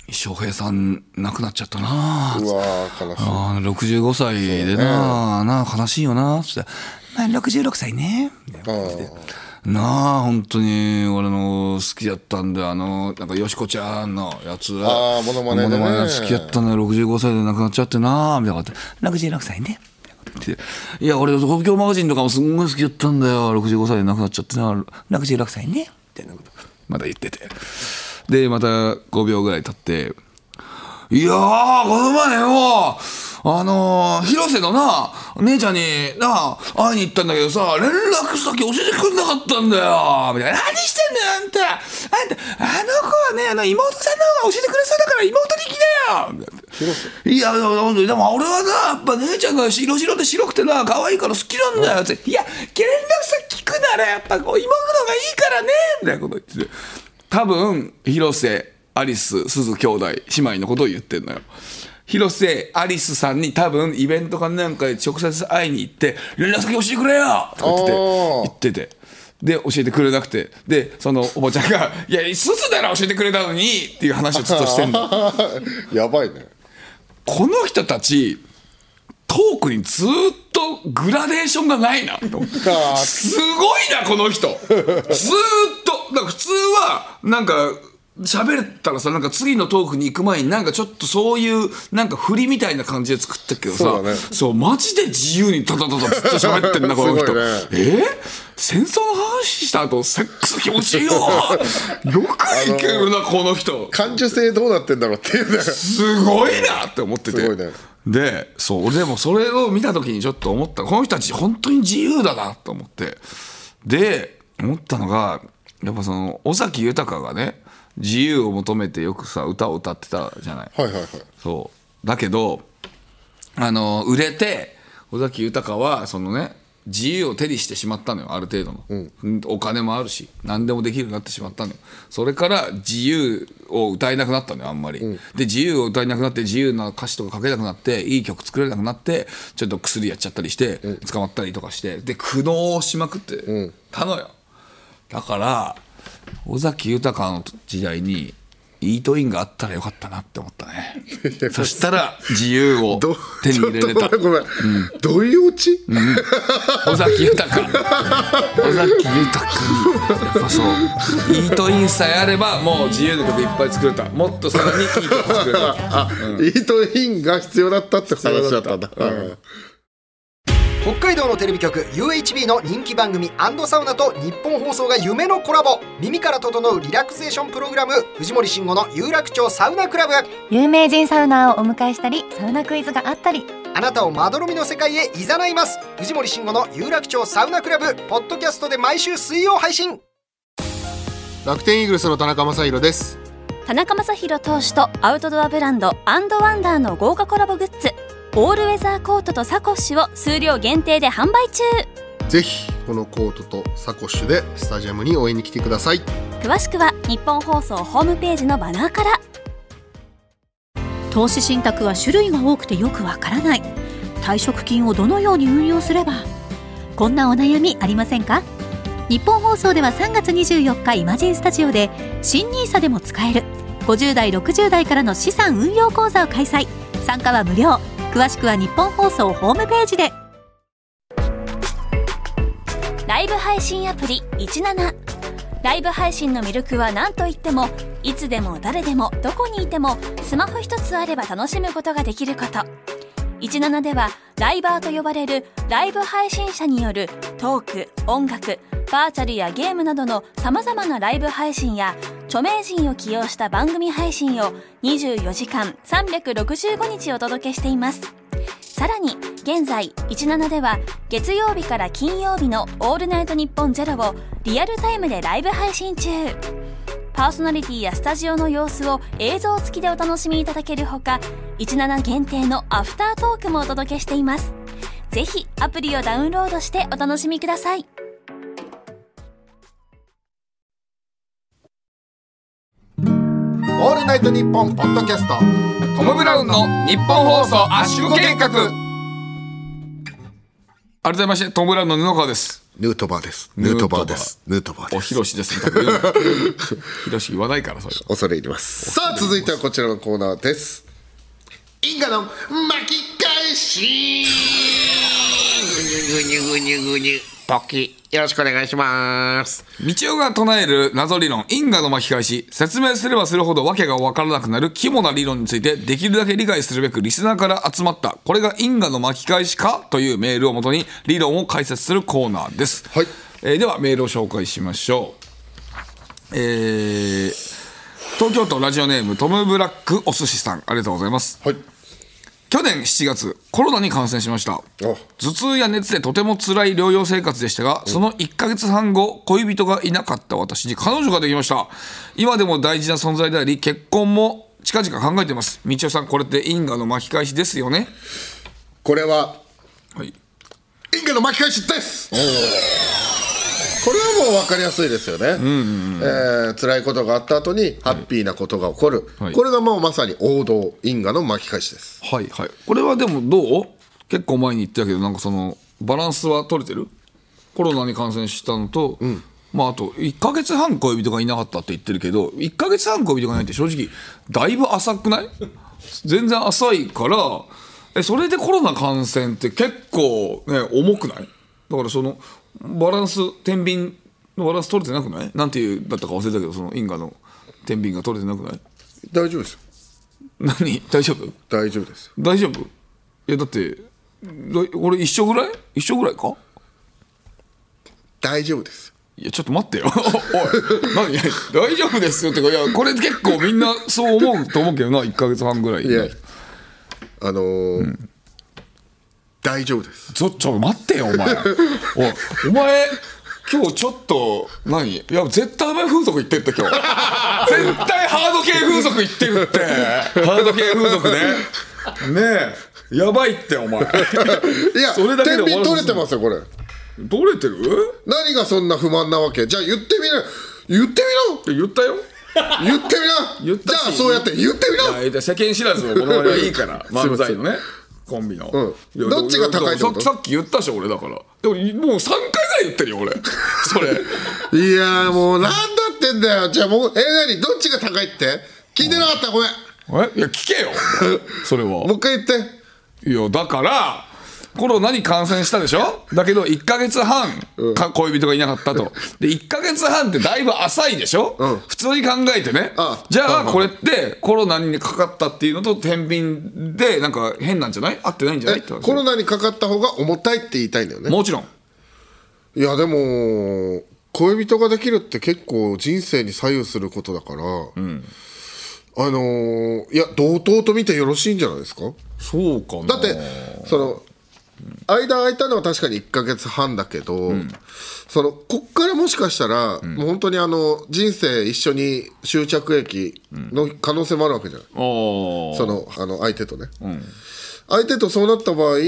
翔平さん亡くなっちゃったな。 うわー悲しい。 あろくじゅうごさいでな、なあ悲しいよなつって、まあ、ろくじゅうろくさいねなあ、本当に俺の好きだったんで、あのなんかよしこちゃんのやつ、 あモノマネでね、 好きやったんだよ、ろくじゅうごさいで亡くなっちゃってなみたいなことろくじゅうろくさいねいや俺東京マガジンとかもすんごい好きだったんだよ、ろくじゅうごさいで亡くなっちゃってな、ろくじゅうろくさいねみたいなことまだ言ってて、でまたごびょうぐらい経って、いやーこの前よあのー、広瀬のな姉ちゃんにな会いに行ったんだけどさ、連絡先教えてくんなかったんだよみたいな。何してんだよあんた、あんたあの子はね、あの妹さんの方が教えてくれそうだから妹に来なよみたいな。広瀬、いやでもでも俺はなやっぱ姉ちゃんが白白で白くてな可愛いから好きなんだよって、いや連絡先聞くならやっぱこう妹の方がいいからねみたいなこと言ってて、多分広瀬アリス鈴兄弟姉妹のことを言ってんのよ。広瀬アリスさんに多分イベントかなんかで直接会いに行って連絡先教えてくれよとか言ってて言ってて、で教えてくれなくて、でそのおばちゃんがいやすずなら教えてくれたのにっていう話をずっとしてんのやばいね。この人たちトークにずっとグラデーションがないなすごいなこの人ずっとなんか普通はなんか喋ったらさ、なんか次のトークに行く前になんかちょっとそういうなんか振りみたいな感じで作ったけどさ、そうだね、そうマジで自由にタタタタずっと喋ってんなこの人、ね、えー、戦争の話した後セックス気持ちいいよよくいけるなこの人、 感受性どうなってんだろうっていうねすごいなって思ってて、 すごいね。 でそう俺でもそれを見た時にちょっと思った、この人たち本当に自由だなと思って、で思ったのがやっぱその尾崎豊がね自由を求めてよくさ歌を歌ってたじゃない。 はいはいはい。 そうだけどあの売れて尾崎豊はそのね自由を手にしてしまったのよ、ある程度の、うん、お金もあるし何でもできるようになってしまったのよ。それから自由を歌えなくなったのよあんまり、うん、で自由を歌えなくなって自由な歌詞とか書けなくなっていい曲作れなくなってちょっと薬やっちゃったりして、うん、捕まったりとかしてで苦悩をしまくってたのよ。だから尾崎豊の時代にイートインがあったらよかったなって思ったねそしたら自由を手に入れれた。 ごめん、うん、どういうオチ、 うん、尾崎豊尾崎豊にやっぱそうイートインさえあればもう自由な曲いっぱい作れた、もっとさらにいい曲作れたあ、うん、イートインが必要だったって話だったんだ、 北海道のテレビ局 ユーエイチビー の人気番組&サウナと日本放送が夢のコラボ、耳から整うリラクゼーションプログラム、藤森慎吾の有楽町サウナクラブ。 有名人サウナーをお迎えしたりサウナクイズがあったり、 あなたをまどろみの世界へいざないます。藤森慎吾の有楽町サウナクラブポッドキャストで毎週水曜配信。 楽天イーグルスの田中将大です。 田中将大投手とアウトドアブランド&ワンダーの豪華コラボグッズオールウェザーコートとサコッシュを数量限定で販売中。 ぜひこのコートとサコッシュでスタジアムに応援に来てください。 詳しくは日本放送ホームページのバナーから。 投資信託は種類が多くてよくわからない。退職金をどのように運用すれば。こんなお悩みありませんか？日本放送ではさんがつにじゅうよっかイマジンスタジオで新ニーサでも使えるごじゅうだいろくじゅうだいからの資産運用講座を開催。参加は無料。詳しくは日本放送ホームページで。 ライブ配信アプリじゅうなな。ライブ配信の魅力は何といってもいつでも誰でもどこにいてもスマホ一つあれば楽しむことができること。じゅうななではライバーと呼ばれるライブ配信者によるトーク、音楽、バーチャルやゲームなどの様々なライブ配信や著名人を起用した番組配信をにじゅうよじかんさんびゃくろくじゅうごにちお届けしています。さらに現在じゅうななでは月曜日から金曜日のオールナイトニッポンゼロをリアルタイムでライブ配信中。パーソナリティやスタジオの様子を映像付きでお楽しみいただけるほか、じゅうなな限定のアフタートークもお届けしています。ぜひアプリをダウンロードしてお楽しみください。 オールナイトニッポンポッドキャスト、 トム・ブラウンの日本放送圧縮計画。改めましてトム・ブラウンの布川です。 ヌートバーです。ヌートバーです。ヌートバーです。 おひろしですみたいな。ひろし言わないからそれ。 恐れ入ります。さあ続いてはこちらのコーナーです。因果の巻き返し。ぐにゅぐにゅぐにゅぐにゅ。ポキ。よろしくお願いします。 道夫が唱える謎理論因果の巻き返し、説明すればするほど訳が分からなくなる肝な理論についてできるだけ理解するべくリスナーから集まったこれが因果の巻き返しかというメールをもとに理論を解説するコーナーです、 はい。 えー、ではメールを紹介しましょう。えー、東京都ラジオネームトムブラックお寿司さん、ありがとうございます。 はい。 去年しちがつコロナに感染しました。頭痛や熱でとても辛い療養生活でしたが、そのいっかげつはんご恋人がいなかった私に彼女ができました。今でも大事な存在であり結婚も近々考えています。道夫さん、これって因果の巻き返しですよね。 これは、 はい、 因果の巻き返しです。これはもう分かりやすいですよね、うんうんうん、えー、辛いことがあった後にハッピーなことが起こる、はい、これがもうまさに王道因果の巻き返しです。 はいはい。これはでもどう？結構前に言ってたけど、なんかそのバランスは取れてる？コロナに感染したのと、うん、まああといっかげつはん恋人がいなかったって言ってるけど、いっかげつはん恋人がいないって正直だいぶ浅くない？全然浅いから、えそれでコロナ感染って結構ね重くない？だからそのバランス天秤のバランス取れてなくない？なんていうだったか忘れたけど、その因果の天秤が取れてなくない？ 大丈夫ですよ。 何？大丈夫？大丈夫です。 大丈夫？いやだって俺一緒ぐらい？一緒ぐらいか？ 大丈夫です。 いやちょっと待ってよ。おい何大丈夫ですよってか、いやこれ結構みんなそう思うと思うけどな、いっかげつはんぐらい。 いやあのーうん、大丈夫です。 ちょちょ待ってよお前。おお前今日ちょっと何？いや絶対雨風俗行ってるって今日。絶対ハード系風俗行ってるって。ハード系風俗ね。ねえやばいってお前。いやそれだけで天秤取れてますよこれ。 取れてる？ 何がそんな不満なわけ？じゃあ言ってみな。言ってみな。 言ったよ。 言ってみな。言ったし、じゃあそうやって言ってみな。 いや世間知らずのものまねはいいから漫才のね。コンビの、 うん、どっちが高いってこと？ さっき言ったでしょ俺だから。でももうさんかいぐらい言ってるよ俺。それいやもうなんだってんだよ。じゃあもうえ何どっちが高いって聞いてなかった。ごめん。 えいや聞けよそれは。 もう一回言って。 いやだからコロナに感染したでしょ。だけどいっかげつはんか恋人がいなかったと。でいっかげつはんってだいぶ浅いでしょ、うん、普通に考えてね。ああじゃあこれってコロナにかかったっていうのと天秤でなんか変なんじゃない？合ってないんじゃない？ コロナにかかった方が重たいって言いたいんだよね。 もちろん。 いやでも恋人ができるって結構人生に左右することだから、うん、あのー、いや同等と見てよろしいんじゃないですか。 そうかな。 だってその間空いたのは確かにいっかげつはんだけど、うん、そのこっからもしかしたら、うん、もう本当にあの人生一緒に終着駅の可能性もあるわけじゃない、うん、そのあの相手とね、うん、相手とそうなった場合、うん、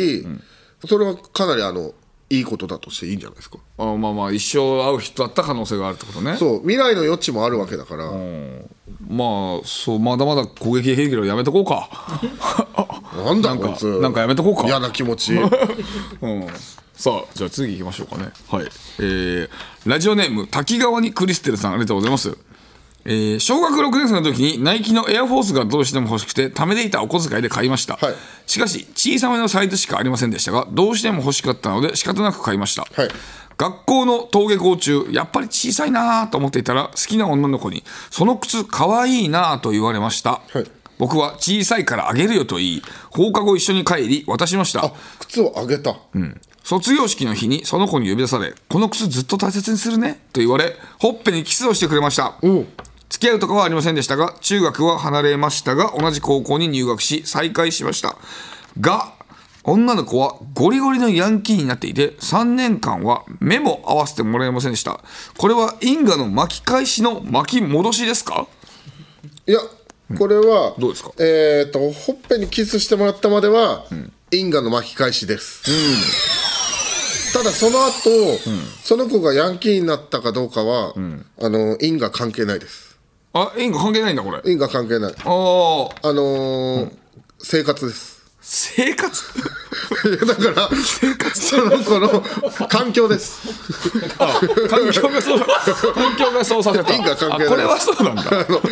それはかなりあのいいことだとしていいんじゃないですか。 あまあまあ一生会う人だった可能性があるってことね。 そう未来の余地もあるわけだから、 うん、まあそうまだまだ攻撃兵器をやめとこうか。 なんだこいつなんかやめとこうか。 嫌な気持ち、うん、 さあじゃあ次行きましょうかね。はい、えー、ラジオネーム滝川にクリステルさん、ありがとうございます。えー、小学ろくねん生の時にナイキのエアフォースがどうしても欲しくて貯めていたお小遣いで買いました、はい、しかし小さめのサイズしかありませんでしたがどうしても欲しかったので仕方なく買いました、はい、学校の登下校中やっぱり小さいなと思っていたら好きな女の子にその靴かわいいなと言われました、はい、僕は小さいからあげるよと言い放課後一緒に帰り渡しました。 あ靴をあげた、 うん、卒業式の日にその子に呼び出されこの靴ずっと大切にするねと言われほっぺにキスをしてくれました、うん、付き合うとかはありませんでしたが中学は離れましたが同じ高校に入学し再会しましたが女の子はゴリゴリのヤンキーになっていてさんねんかんは目も合わせてもらえませんでした。これは因果の巻き返しの巻き戻しですか？ いやこれは、 うん、どうですか？ えーとほっぺにキスしてもらったまでは、うん、因果の巻き返しです、うん、ただその後、うん、その子がヤンキーになったかどうかは、うん、あの因果関係ないです。 あ因果関係ないんだこれ。 因果関係ない。あ、あのーうん、生活です。 生活だからその子の環境ですあ環境がそう環境がそうさせた。 因果関係ない。 あこれはそうなんだ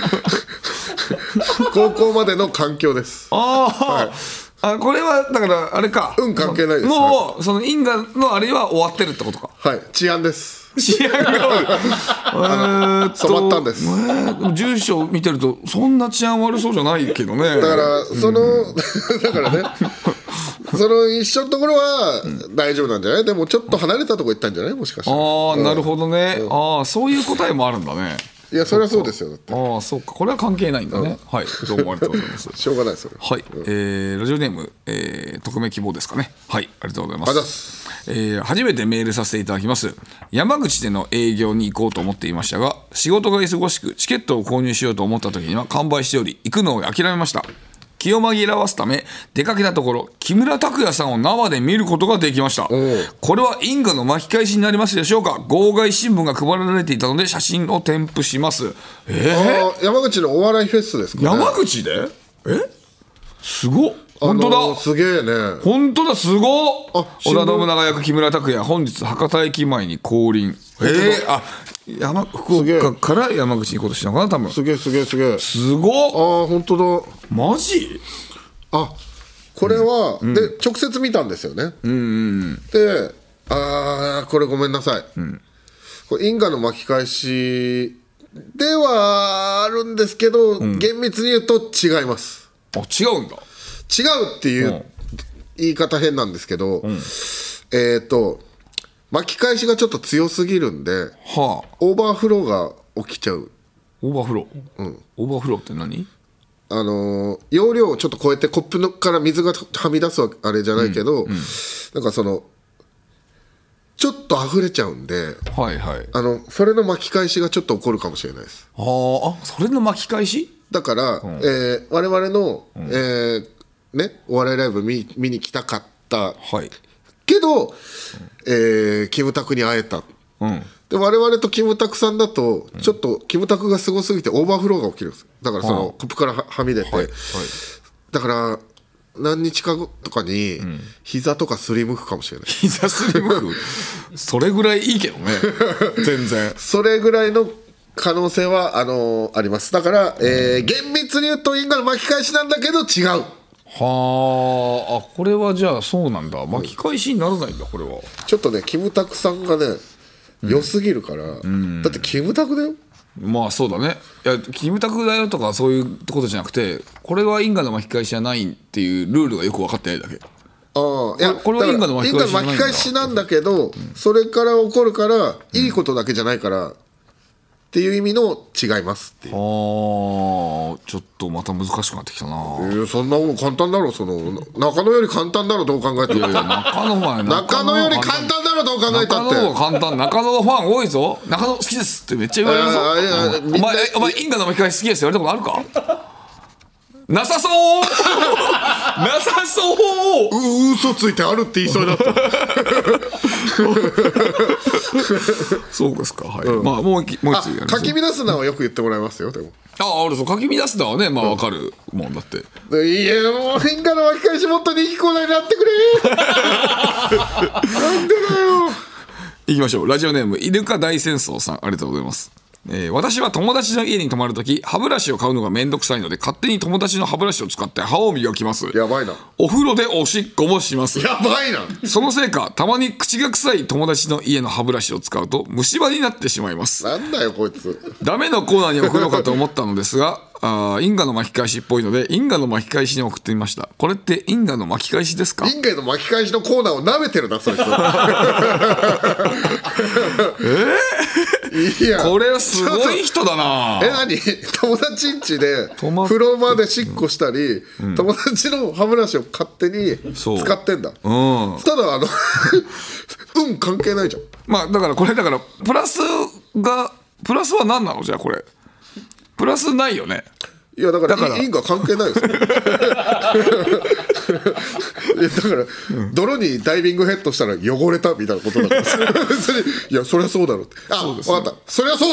高校までの環境です。 ああ、はい、あこれはだからあれか運関係ないです、ね、 もうその因果のあれは終わってるってことか。 はい治安です治安が悪い染まったんです、 えー、住所見てるとそんな治安悪そうじゃないけどね。 だからその、うん、だからねその一緒のところは大丈夫なんじゃない。でもちょっと離れたところ行ったんじゃないもしかしたら。 ああなるほどね、うん、ああそういう答えもあるんだね。 いやそれはそうですよ。だってああそうかこれは関係ないんだね、うん、はいどうもありがとうございますしょうがないそれはい、うんえー、ラジオネーム、えー、匿名希望ですかね。はいありがとうございます。 ありがとうございますえー、初めてメールさせていただきます。山口での営業に行こうと思っていましたが仕事が忙しくチケットを購入しようと思った時には完売しており行くのを諦めました。気を紛らわすため出かけたところ木村拓哉さんを生で見ることができました。これは因果の巻き返しになりますでしょうか。号外新聞が配られていたので写真を添付します。 えー、山口のお笑いフェスですかね。 山口でえすごっ本当だ、あのー、 すげえね本当だすごっ。織田信長役木村拓哉本日博多駅前に降臨。えー、あ山福岡から山口に行こうとしたのかな多分。 すげえすげえすげえすごっ。 あ本当だマジ。 あこれは、うん、で直接見たんですよね、うんうん、であこれごめんなさい、うん、これ因果の巻き返しではあるんですけど、うん、厳密に言うと違います。 あ違うんだ。 違うっていう、うん、言い方変なんですけど、うん、えっと巻き返しがちょっと強すぎるんで、はあ、オーバーフローが起きちゃう。 オーバーフロー、うん、オーバーフローって何。 あのー、容量をちょっと超えてコップのから水がはみ出すあれじゃないけど、うんうん、なんかそのちょっと溢れちゃうんで、はいはい、あのそれの巻き返しがちょっと起こるかもしれないです。 ああそれの巻き返しだから、うんえー、我々の、うんえーね、お笑いライブ 見, 見に来たかった、はい、けど、うんえー、キムタクに会えた、うん、で我々とキムタクさんだとちょっとキムタクがすごすぎてオーバーフローが起きるんです。だからそのコップからはみ出て、はいはい、だから何日か後とかに膝とかすりむくかもしれない。 膝すりむくそれぐらいいいけどね全然それぐらいの可能性はあのー、あります。だから、えー、厳密に言うと因果の巻き返しなんだけど違う。 はあ、これはじゃあそうなんだ。巻き返しにならないんだこれは。 ちょっとねキムタクさんがね良すぎるから、うん、だってキムタクだよ。 まあそうだね。いやキムタクだよとかそういうことじゃなくてこれは因果の巻き返しじゃないっていうルールがよく分かってないだけ。 あいやこれは因果の巻き返し巻き返しなんだけど、うん、それから起こるから、うん、いいことだけじゃないからっていう意味の違いますっていう。 あちょっとまた難しくなってきたな。 えー、そんなもん簡単だろ。その中野より簡単だろどう考えても。 中野は中野より簡単だろどう考えたって。 中野は簡単。中野のファン多いぞ。中野好きですってめっちゃ言われるぞ。お前お前因果の巻き返し好きですって言われたことあるかなさそうなさそうう嘘ついてあるって言いそうだったそうですか、はい、うん、まあもうもう一つやる。 かき乱すなはよく言ってもらいますよ。でもああるそうかき乱すなはねまあわかるもんだって、 うん、いやもう因果の巻き返しもっと人気コーナーになってくれなんでだよ。 いきましょう。ラジオネームイルカ大戦争さんありがとうございます。えー、私は友達の家に泊まるとき歯ブラシを買うのがめんどくさいので勝手に友達の歯ブラシを使って歯を磨きます。 やばいな。 お風呂でおしっこもします。 やばいな。 そのせいかたまに口が臭い友達の家の歯ブラシを使うと虫歯になってしまいます。 なんだよこいつ。 ダメのコーナーに送ろうかと思ったのですがあ因果の巻き返しっぽいので因果の巻き返しに送ってみました。これって因果の巻き返しですか。 因果の巻き返しのコーナーを舐めてるなそいつ。えー、いやこれはすごい人だな。 え何友達ん家で風呂場でしっこしたり、うん、友達の歯ブラシを勝手に使ってんだ。うん、ただあの運関係ないじゃん。 まあだからこれだからプラスがプラスは何なのじゃあこれプラスないよね。 いやだから因果関係ないですよ。いやだから、うん、泥にダイビングヘッドしたら汚れたみたいなことだから別にいやそりゃそうだろって。あ分かったそりゃそうだろ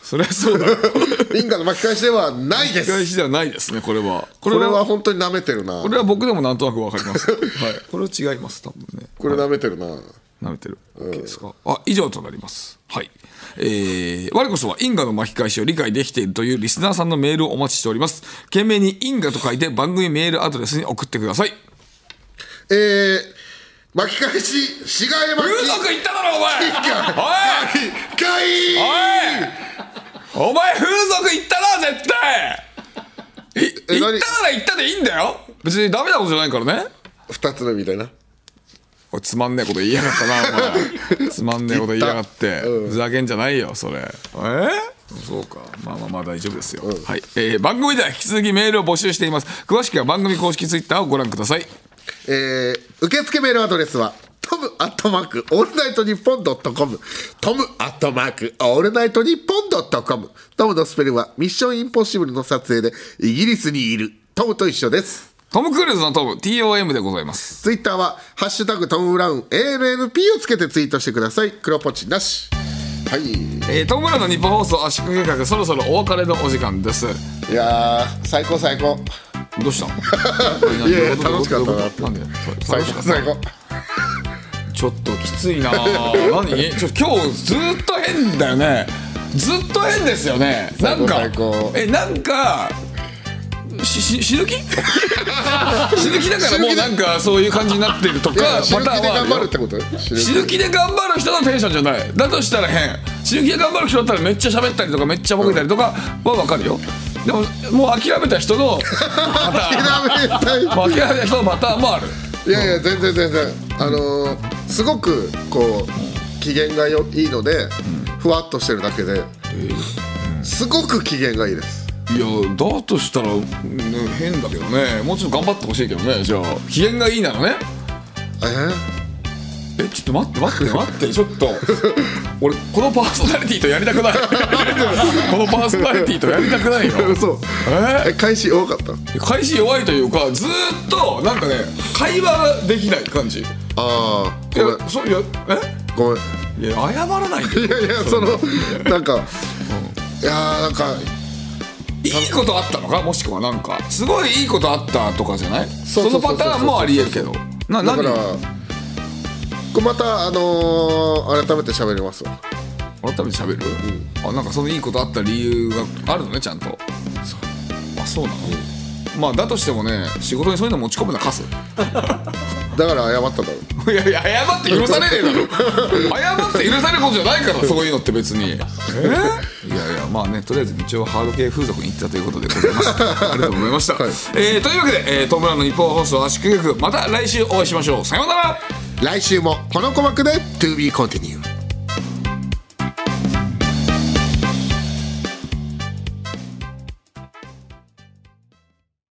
そりゃそうだ因果の巻き返しではないです。 巻き返しではないですね。これはこれは本当に舐めてるな。 これは僕でもなんとなくわかります、はい、これは違います多分ね。 これ舐めてるな、はい、 舐めてる OK ですか。あ、以上となります。はい、えー、我こそは因果の巻き返しを理解できているというリスナーさんのメールをお待ちしております。懸命に因果と書いて番組メールアドレスに送ってください。 えー、巻き返ししがえ巻き風俗行っただろお前。おい巻き返しおいお前風俗行ったな絶対。い行ったなら行ったでいいんだよ。別にダメなことじゃないからね。 二つ目みたいな。 おいつまんねえこと言いやがったなお前つまんねえこと言いやがって、うん、ふざけんじゃないよそれ。えー、そうか、まあまあまあ大丈夫ですよ、うん、はい、えー、番組では引き続きメールを募集しています。詳しくは番組公式ツイッターをご覧ください。 えー、受付メールアドレスはトムアットマークオールナイトニッポンドットコム、トムアットマークオールナイトニッポンドットコム。トムのスペルはミッションインポッシブルの撮影でイギリスにいるトムと一緒です。 トム・クルーズのトム ティーオーエム でございます。 ツイッターはハッシュタグトムブラウン エーエルエヌピー をつけてツイートしてください。黒ポチなし。はい、 えー、トム・ブラウンの日本放送圧縮計画、そろそろお別れのお時間です。 いやー最高最高。 どうしたの？ いやいや楽しかったなって。 なんで最高最高。 ちょっときついな何ちょ今日ずっと変だよね。ずっと変ですよね。なんかえなんかしし死ぬ気死ぬ気だからもうなんかそういう感じになってるとか死ぬ気で頑張るってこと？ 死ぬ気で頑張る人のテンションじゃない。だとしたら変。死ぬ気で頑張る人だったらめっちゃ喋ったりとかめっちゃボケたりとかは分かるよ。でももう諦めた人のパターン諦めた人のパターンもある。 いやいや全然全然あのー、すごくこう機嫌がよいいので、うん、ふわっとしてるだけで、えー、すごく機嫌がいいです。 いやだとしたら、ね、変だけどね。もうちょっと頑張ってほしいけどね。じゃあ機嫌がいいならね。 えーえちょっと待って待って待ってちょっと俺このパーソナリティとやりたくないこのパーソナリティとやりたくないよ。 そうえー、開始弱かった。 開始弱いというかずーっとなんかね会話ができない感じ。 ああごめん。 いやそいやえごめん。 いや謝らないで。 いやいやそのなんか、うん、いやなんかいいことあったのかもしくはなんかすごいいいことあったとかじゃない。そのパターンもありえるけどな。 だからまたあのー、改めて喋りますわ。 改めて喋る、うん、あなんかそのいいことあった理由があるのねちゃんと。そうあそうなの、うん、まあだとしてもね仕事にそういうの持ち込むのはカスだから謝っただろ。 いやいや謝って許されねえだろ謝って許されることじゃないからそういうのって別にえー、いやいやまあねとりあえず一応ハード系風俗に行ってたということでございますありがとうございました、はいえー、というわけで、えー、トム・ブラウンの日本放送圧縮計画また来週お会いしましょう。さようなら。 来週もこの鼓膜で To be continued。